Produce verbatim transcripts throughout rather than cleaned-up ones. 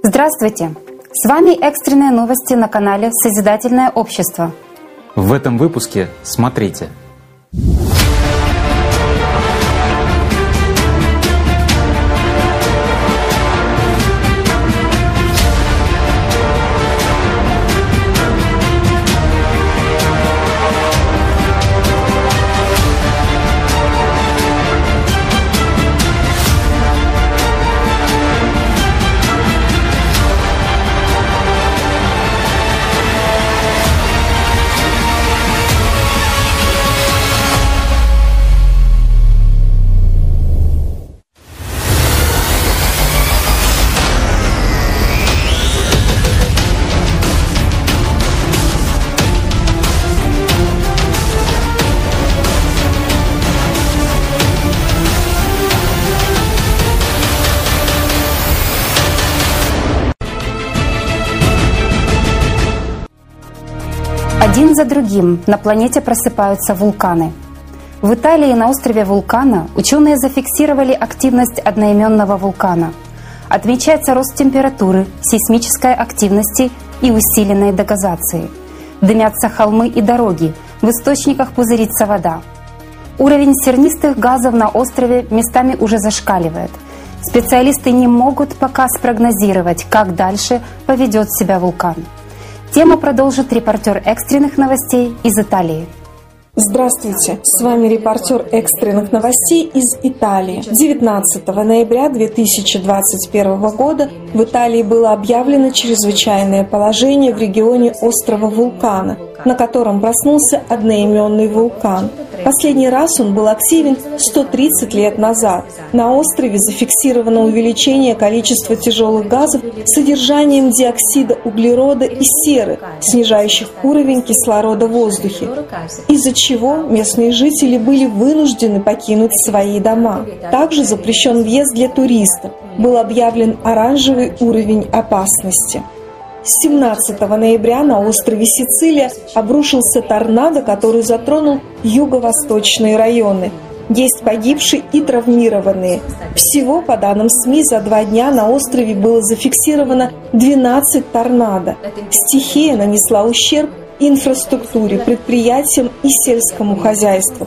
Здравствуйте! С вами экстренные новости на канале «Созидательное общество». В этом выпуске смотрите. Один за другим на планете просыпаются вулканы. В Италии на острове Вулкана ученые зафиксировали активность одноименного вулкана. Отмечается рост температуры, сейсмической активности и усиленной дегазации. Дымятся холмы и дороги, в источниках пузырится вода. Уровень сернистых газов на острове местами уже зашкаливает. Специалисты не могут пока спрогнозировать, как дальше поведет себя вулкан. Тему продолжит репортер экстренных новостей из Италии. Здравствуйте, с вами репортер экстренных новостей из Италии. девятнадцатого ноября две тысячи двадцать первого года в Италии было объявлено чрезвычайное положение в регионе острова Вулкана, на котором проснулся одноименный вулкан. Последний раз он был активен сто тридцать лет назад. На острове зафиксировано увеличение количества тяжелых газов с содержанием диоксида углерода и серы, снижающих уровень кислорода в воздухе, из-за чего местные жители были вынуждены покинуть свои дома. Также запрещен въезд для туристов. Был объявлен оранжевый уровень опасности. семнадцатого ноября на острове Сицилия обрушился торнадо, который затронул юго-восточные районы. Есть погибшие и травмированные. Всего, по данным СМИ, за два дня на острове было зафиксировано двенадцать торнадо. Стихия нанесла ущерб инфраструктуре, предприятиям и сельскому хозяйству.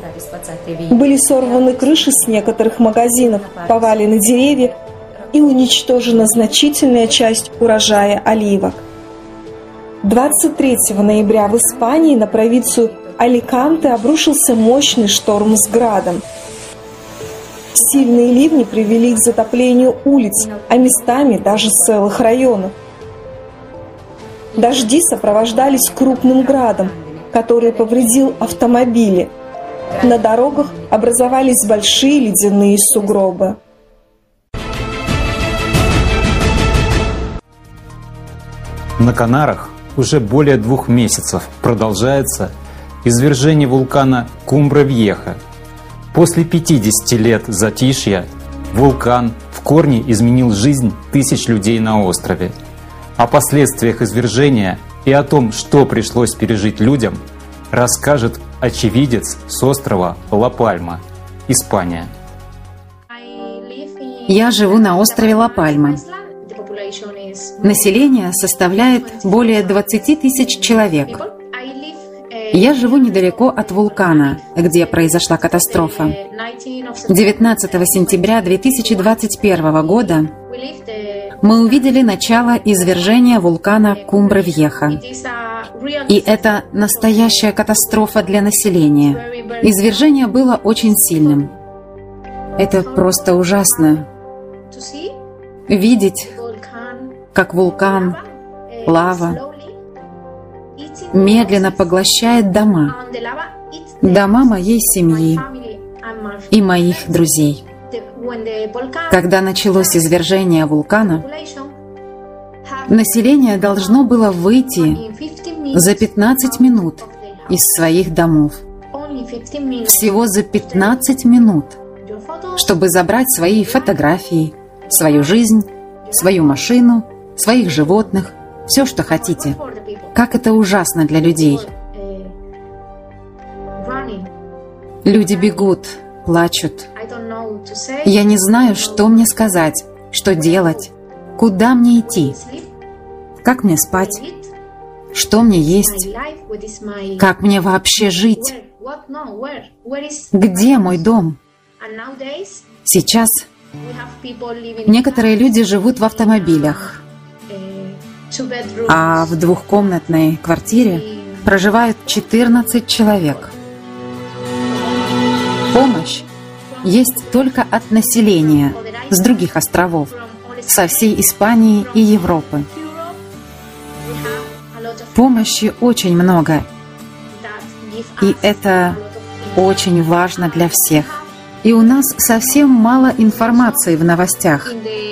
Были сорваны крыши с некоторых магазинов, повалены деревья и уничтожена значительная часть урожая оливок. двадцать третьего ноября в Испании на провинцию Аликанте обрушился мощный шторм с градом. Сильные ливни привели к затоплению улиц, а местами даже целых районов. Дожди сопровождались крупным градом, который повредил автомобили. На дорогах образовались большие ледяные сугробы. На Канарах уже более двух месяцев продолжается извержение вулкана Кумбра-Вьеха. После пятидесяти лет затишья вулкан в корне изменил жизнь тысяч людей на острове. О последствиях извержения и о том, что пришлось пережить людям, расскажет очевидец с острова Ла-Пальма, Испания. Я живу на острове Ла-Пальма. Население составляет более двадцати тысяч человек. Я живу недалеко от вулкана, где произошла катастрофа. девятнадцатого сентября две тысячи двадцать первого года мы увидели начало извержения вулкана Кумбра-Вьеха. И это настоящая катастрофа для населения. Извержение было очень сильным. Это просто ужасно. Видеть, как вулкан, лава медленно поглощает дома, дома моей семьи и моих друзей. Когда началось извержение вулкана, население должно было выйти за пятнадцать минут из своих домов. Всего за пятнадцать минут, чтобы забрать свои фотографии, свою жизнь, свою машину, своих животных, все, что хотите. Как это ужасно для людей. Люди бегут, плачут. Я не знаю, что мне сказать, что делать. куда мне идти, как мне спать, что мне есть, как мне вообще жить, где мой дом. Сейчас некоторые люди живут в автомобилях, а в двухкомнатной квартире проживают четырнадцать человек. Помощь есть только от населения с других островов, со всей Испании и Европы. Помощи очень много, и это очень важно для всех. И у нас совсем мало информации в новостях.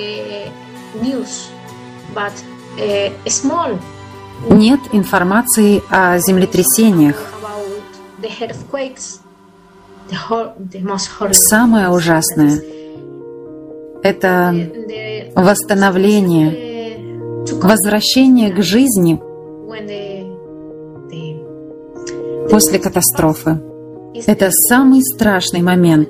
Нет информации о землетрясениях. Самое ужасное — это восстановление, возвращение к жизни после катастрофы. Это самый страшный момент,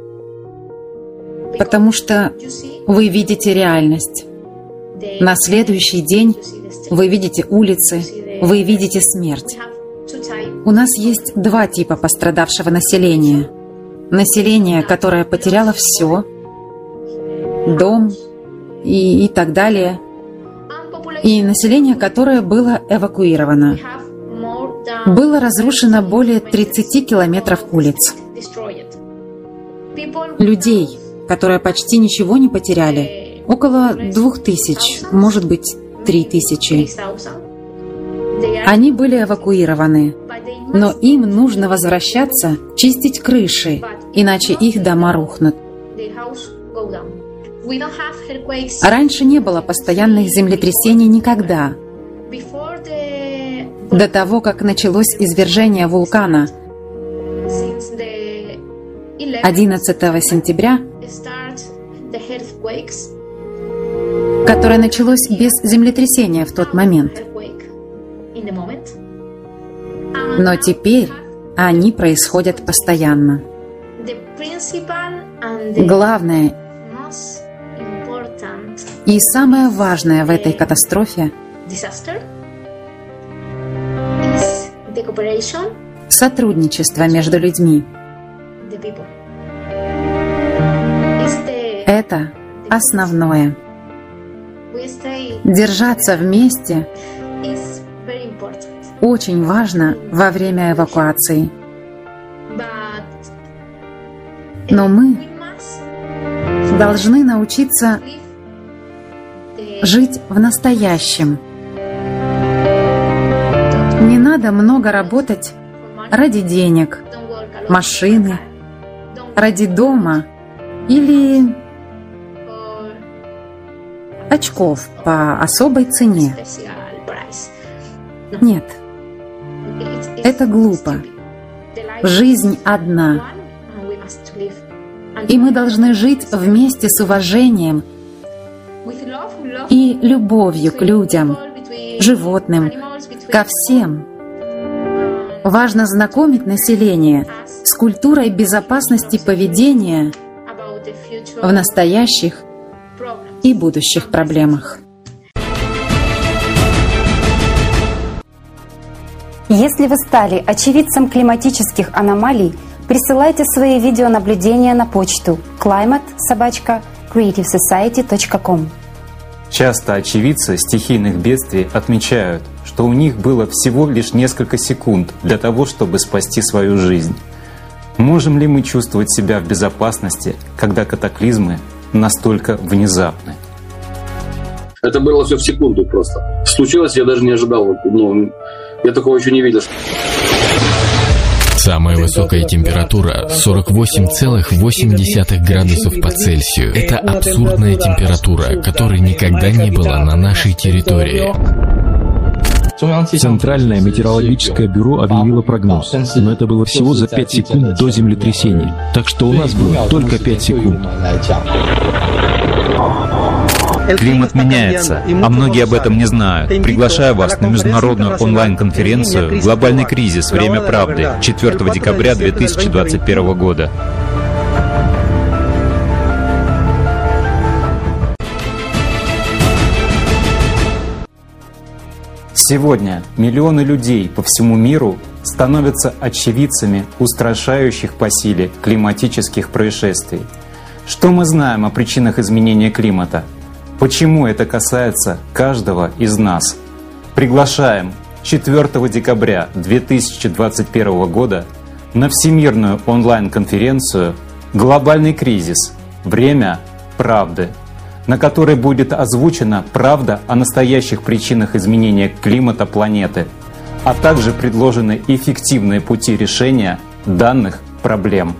потому что вы видите реальность. На следующий день вы видите улицы, вы видите смерть. У нас есть два типа пострадавшего населения. Население, которое потеряло все, дом и, и так далее, и население, которое было эвакуировано. Было разрушено более тридцати километров улиц. Людей, которые почти ничего не потеряли, около двух тысяч, может быть, три тысячи. Они были эвакуированы, но им нужно возвращаться, чистить крыши, иначе их дома рухнут. Раньше не было постоянных землетрясений никогда. До того, как началось извержение вулкана одиннадцатого сентября, которое началось без землетрясения в тот момент. Но теперь они происходят постоянно. Главное и самое важное в этой катастрофе — сотрудничество между людьми. Это основное. Держаться вместе очень важно во время эвакуации. Но мы должны научиться жить в настоящем. Не надо много работать ради денег, машины, ради дома или очков по особой цене. Нет, это глупо. Жизнь одна. И мы должны жить вместе с уважением и любовью к людям, животным, ко всем. Важно знакомить население с культурой безопасности поведения в настоящих и будущих проблемах. Если вы стали очевидцем климатических аномалий, присылайте свои видеонаблюдения на почту climate собака creative society точка com. Часто очевидцы стихийных бедствий отмечают, что у них было всего лишь несколько секунд для того, чтобы спасти свою жизнь. Можем ли мы чувствовать себя в безопасности, когда катаклизмы настолько внезапны? Это было все в секунду просто. Случилось, я даже не ожидал. Ну, я такого еще не видел. Самая высокая температура — сорок восемь целых восемь десятых градусов по Цельсию. Это абсурдная температура, которой никогда не было на нашей территории. Центральное метеорологическое бюро объявило прогноз, но это было всего за пять секунд до землетрясения. Так что у нас было только пять секунд. Климат меняется, а многие об этом не знают. Приглашаю вас на международную онлайн-конференцию «Глобальный кризис. Время правды» четвёртого декабря две тысячи двадцать первого года. Сегодня миллионы людей по всему миру становятся очевидцами устрашающих по силе климатических происшествий. Что мы знаем о причинах изменения климата? Почему это касается каждого из нас? Приглашаем четвёртого декабря две тысячи двадцать первого года на всемирную онлайн-конференцию «Глобальный кризис. Время правды», на которой будет озвучена правда о настоящих причинах изменения климата планеты, а также предложены эффективные пути решения данных проблем.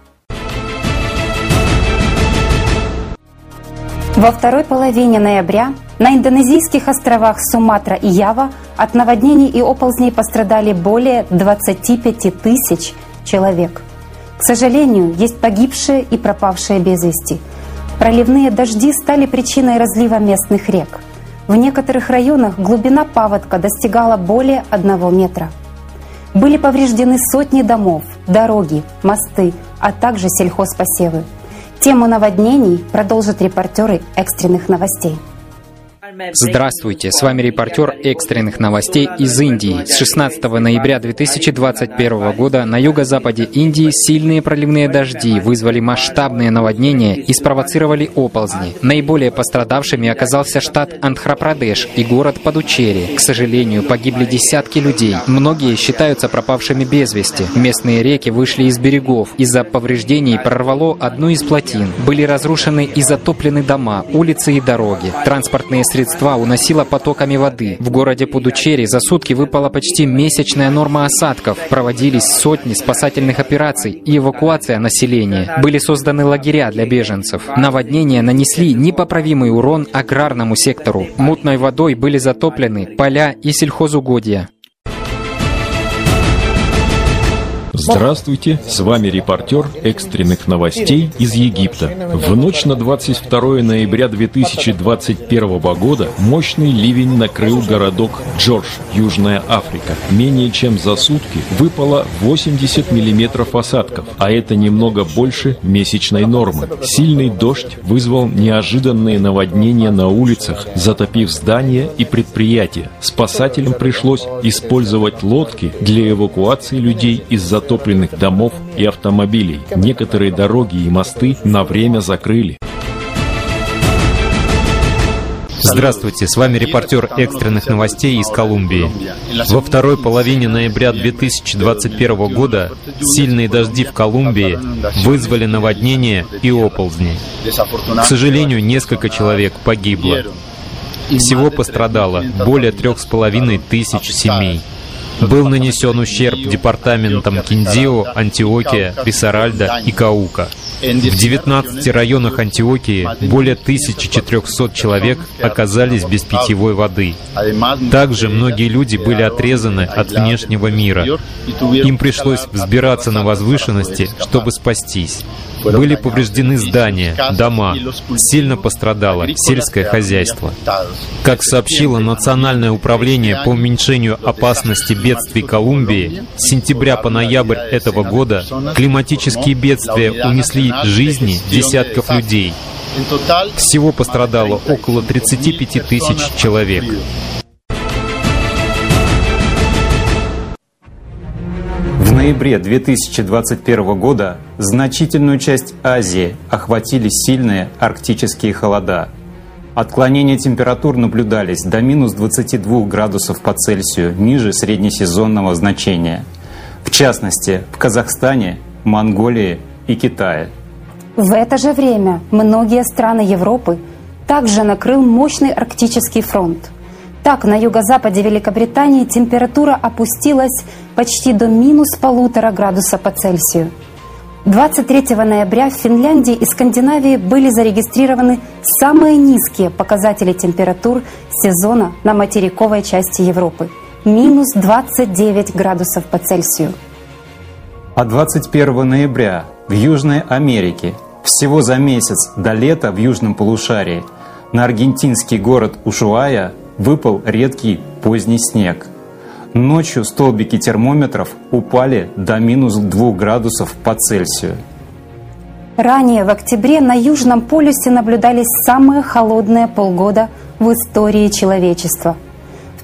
Во второй половине ноября на индонезийских островах Суматра и Ява от наводнений и оползней пострадали более двадцати пяти тысяч человек. К сожалению, есть погибшие и пропавшие без вести. Проливные дожди стали причиной разлива местных рек. В некоторых районах глубина паводка достигала более одного метра. Были повреждены сотни домов, дороги, мосты, а также сельхозпосевы. Тему наводнений продолжат репортеры экстренных новостей. Здравствуйте, с вами репортер экстренных новостей из Индии. С шестнадцатого ноября две тысячи двадцать первого года на юго-западе Индии сильные проливные дожди вызвали масштабные наводнения и спровоцировали оползни. Наиболее пострадавшими оказался штат Андхра-Прадеш и город Падучери. К сожалению, погибли десятки людей. Многие считаются пропавшими без вести. Местные реки вышли из берегов. Из-за повреждений прорвало одну из плотин. Были разрушены и затоплены дома, улицы и дороги. Транспортные средства Средства уносило потоками воды. В городе Пудучерри за сутки выпала почти месячная норма осадков. Проводились сотни спасательных операций и эвакуация населения. Были созданы лагеря для беженцев. Наводнения нанесли непоправимый урон аграрному сектору. Мутной водой были затоплены поля и сельхозугодья. Здравствуйте, с вами репортер экстренных новостей из Египта. В ночь на двадцать второе ноября две тысячи двадцать первого года мощный ливень накрыл городок Джордж, Южная Африка. Менее чем за сутки выпало восемьдесят миллиметров осадков, а это немного больше месячной нормы. Сильный дождь вызвал неожиданные наводнения на улицах, затопив здания и предприятия. Спасателям пришлось использовать лодки для эвакуации людей из затопленных домов и автомобилей. Некоторые дороги и мосты на время закрыли. Здравствуйте, с вами репортер экстренных новостей из Колумбии. Во второй половине ноября две тысячи двадцать первого года сильные дожди в Колумбии вызвали наводнения и оползни. К сожалению, несколько человек погибло. Всего пострадало более трех с половиной тысяч семей. Был нанесен ущерб департаментам Киндио, Антиокия, Рисаральда и Каука. В девятнадцати районах Антиокии более тысячи четырёхсот человек оказались без питьевой воды. Также многие люди были отрезаны от внешнего мира. Им пришлось взбираться на возвышенности, чтобы спастись. Были повреждены здания, дома. Сильно пострадало сельское хозяйство. Как сообщило Национальное управление по уменьшению опасности бедствий Колумбии, с сентября по ноябрь этого года климатические бедствия унесли жизни десятков людей. Всего пострадало около тридцати пяти тысяч человек. В ноябре две тысячи двадцать первого года значительную часть Азии охватили сильные арктические холода. Отклонения температур наблюдались до минус двадцати двух градусов по Цельсию ниже среднесезонного значения. В частности, в Казахстане, Монголии и Китае. В это же время многие страны Европы также накрыл мощный арктический фронт. Так, на юго-западе Великобритании температура опустилась почти до минус полутора градуса по Цельсию. двадцать третьего ноября в Финляндии и Скандинавии были зарегистрированы самые низкие показатели температур сезона на материковой части Европы – минус двадцать девять градусов по Цельсию. А двадцать первого ноября в Южной Америке, всего за месяц до лета в южном полушарии, на аргентинский город Ушуая выпал редкий поздний снег. Ночью столбики термометров упали до минус двух градусов по Цельсию. Ранее в октябре на Южном полюсе наблюдались самые холодные полгода в истории человечества. В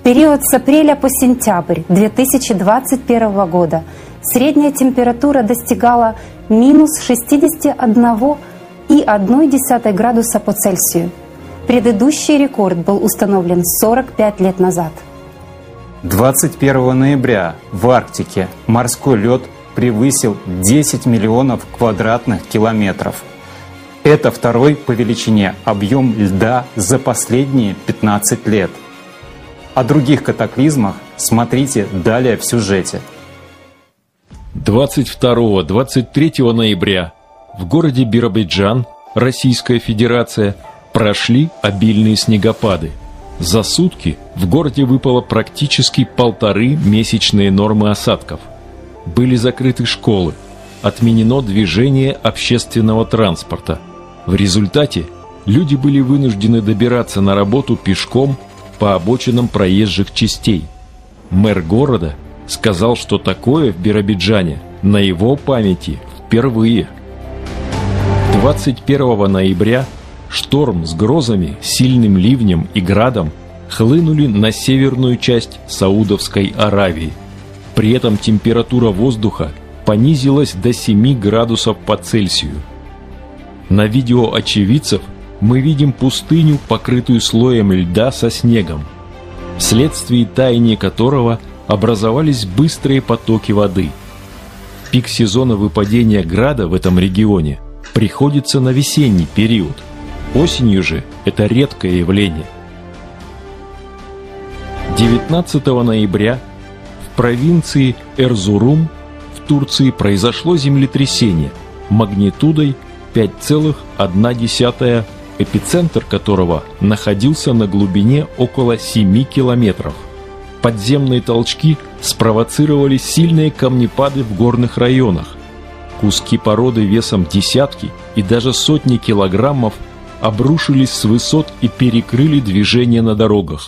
период с апреля по сентябрь две тысячи двадцать первого года средняя температура достигала минус шестьдесят один и одна десятая градуса по Цельсию. Предыдущий рекорд был установлен сорок пять лет назад. двадцать первого ноября в Арктике морской лед превысил десять миллионов квадратных километров. Это второй по величине объем льда за последние пятнадцать лет. О других катаклизмах смотрите далее в сюжете. двадцать второго — двадцать третьего ноября в городе Биробиджан, Российская Федерация, прошли обильные снегопады. За сутки в городе выпало практически полторы месячные нормы осадков. Были закрыты школы, отменено движение общественного транспорта. В результате люди были вынуждены добираться на работу пешком по обочинам проезжих частей. Мэр города сказал, что такое в Биробиджане на его памяти впервые. двадцать первого ноября шторм с грозами, сильным ливнем и градом хлынули на северную часть Саудовской Аравии. При этом температура воздуха понизилась до семи градусов по Цельсию. На видео очевидцев мы видим пустыню, покрытую слоем льда со снегом, вследствие таяния которого образовались быстрые потоки воды. Пик сезона выпадения града в этом регионе приходится на весенний период. Осенью же это редкое явление. девятнадцатого ноября в провинции Эрзурум в Турции произошло землетрясение магнитудой пять целых одна десятая, эпицентр которого находился на глубине около семи километров. Подземные толчки спровоцировали сильные камнепады в горных районах. Куски породы весом десятки и даже сотни килограммов обрушились с высот и перекрыли движение на дорогах.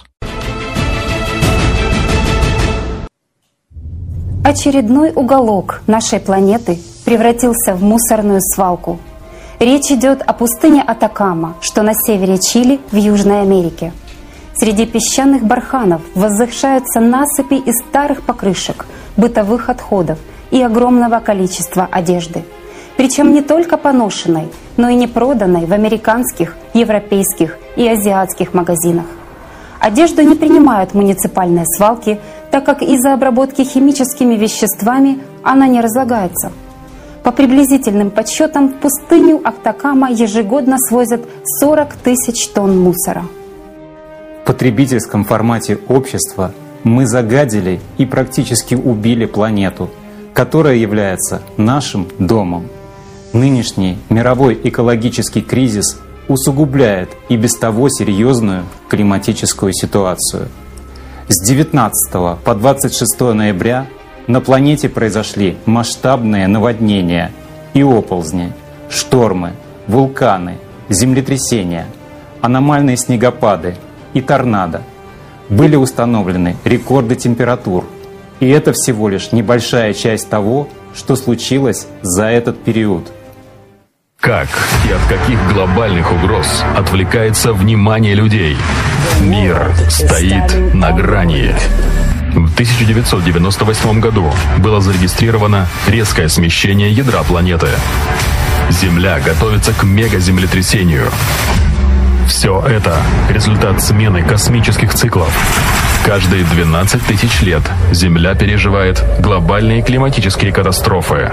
Очередной уголок нашей планеты превратился в мусорную свалку. Речь идет о пустыне Атакама, что на севере Чили в Южной Америке. Среди песчаных барханов возвышаются насыпи из старых покрышек, бытовых отходов и огромного количества одежды. Причем не только поношенной, но и не проданной в американских, европейских и азиатских магазинах. Одежду не принимают муниципальные свалки, так как из-за обработки химическими веществами она не разлагается. По приблизительным подсчетам, в пустыню Атакама ежегодно свозят сорок тысяч тонн мусора. В потребительском формате общества мы загадили и практически убили планету, которая является нашим домом. Нынешний мировой экологический кризис усугубляет и без того серьезную климатическую ситуацию. С девятнадцатого по двадцать шестое ноября на планете произошли масштабные наводнения и оползни, штормы, вулканы, землетрясения, аномальные снегопады и торнадо. Были установлены рекорды температур. И это всего лишь небольшая часть того, что случилось за этот период. Как и от каких глобальных угроз отвлекается внимание людей? Мир стоит на грани. В тысяча девятьсот девяносто восьмом году было зарегистрировано резкое смещение ядра планеты. Земля готовится к мегаземлетрясению. Все это – результат смены космических циклов. Каждые двенадцать тысяч лет Земля переживает глобальные климатические катастрофы.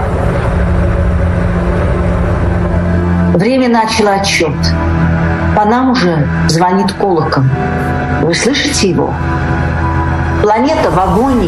Время начало отсчет. По нам уже звонит колокол. Вы слышите его? Планета в агонии.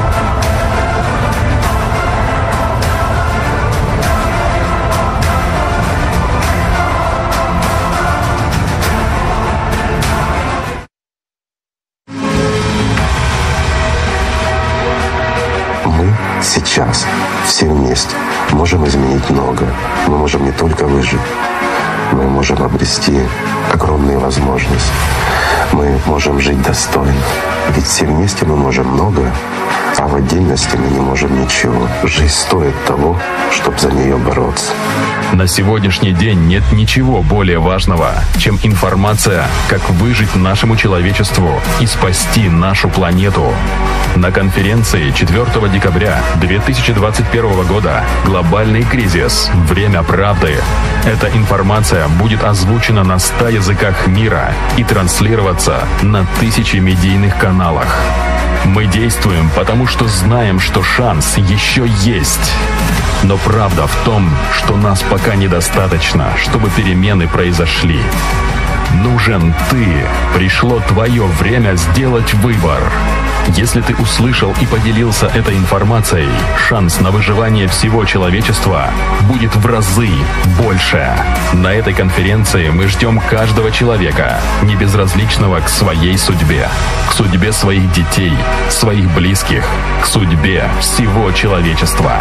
Мы сейчас, все вместе, можем изменить много. Мы можем не только выжить, мы можем обрести огромные возможности. Мы можем жить достойно. Ведь все вместе мы можем много, А в отдельности мы не можем ничего. Жизнь стоит того, чтобы за нее бороться. На сегодняшний день нет ничего более важного, чем информация, как выжить нашему человечеству и спасти нашу планету. На конференции четвёртого декабря две тысячи двадцать первого года «Глобальный кризис. Время правды». Эта информация будет озвучена на ста языках мира и транслироваться на тысячи медийных каналах. Мы действуем, потому что знаем, что шанс еще есть. Но правда в том, что нас пока недостаточно, чтобы перемены произошли. Нужен ты. Пришло твое время сделать выбор. Если ты услышал и поделился этой информацией, шанс на выживание всего человечества будет в разы больше. На этой конференции мы ждем каждого человека, не безразличного к своей судьбе, к судьбе своих детей, своих близких, к судьбе всего человечества.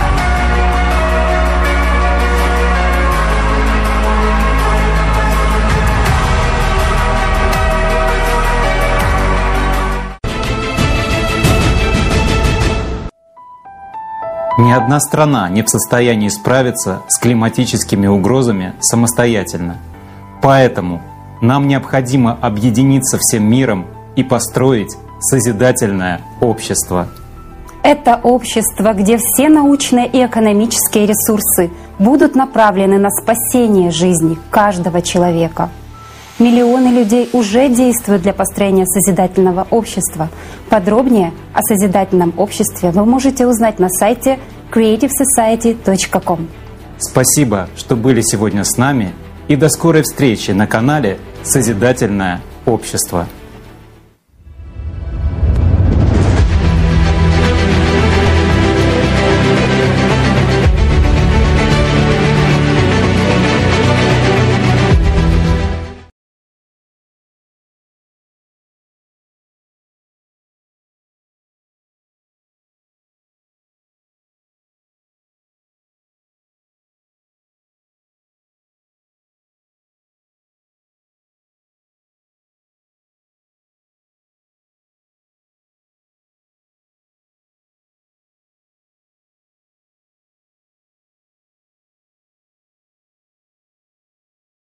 Ни одна страна не в состоянии справиться с климатическими угрозами самостоятельно. Поэтому нам необходимо объединиться всем миром и построить созидательное общество. Это общество, где все научные и экономические ресурсы будут направлены на спасение жизни каждого человека. Миллионы людей уже действуют для построения созидательного общества. Подробнее о созидательном обществе вы можете узнать на сайте креатив сосайти точка ком. Спасибо, что были сегодня с нами, и до скорой встречи на канале «Созидательное общество».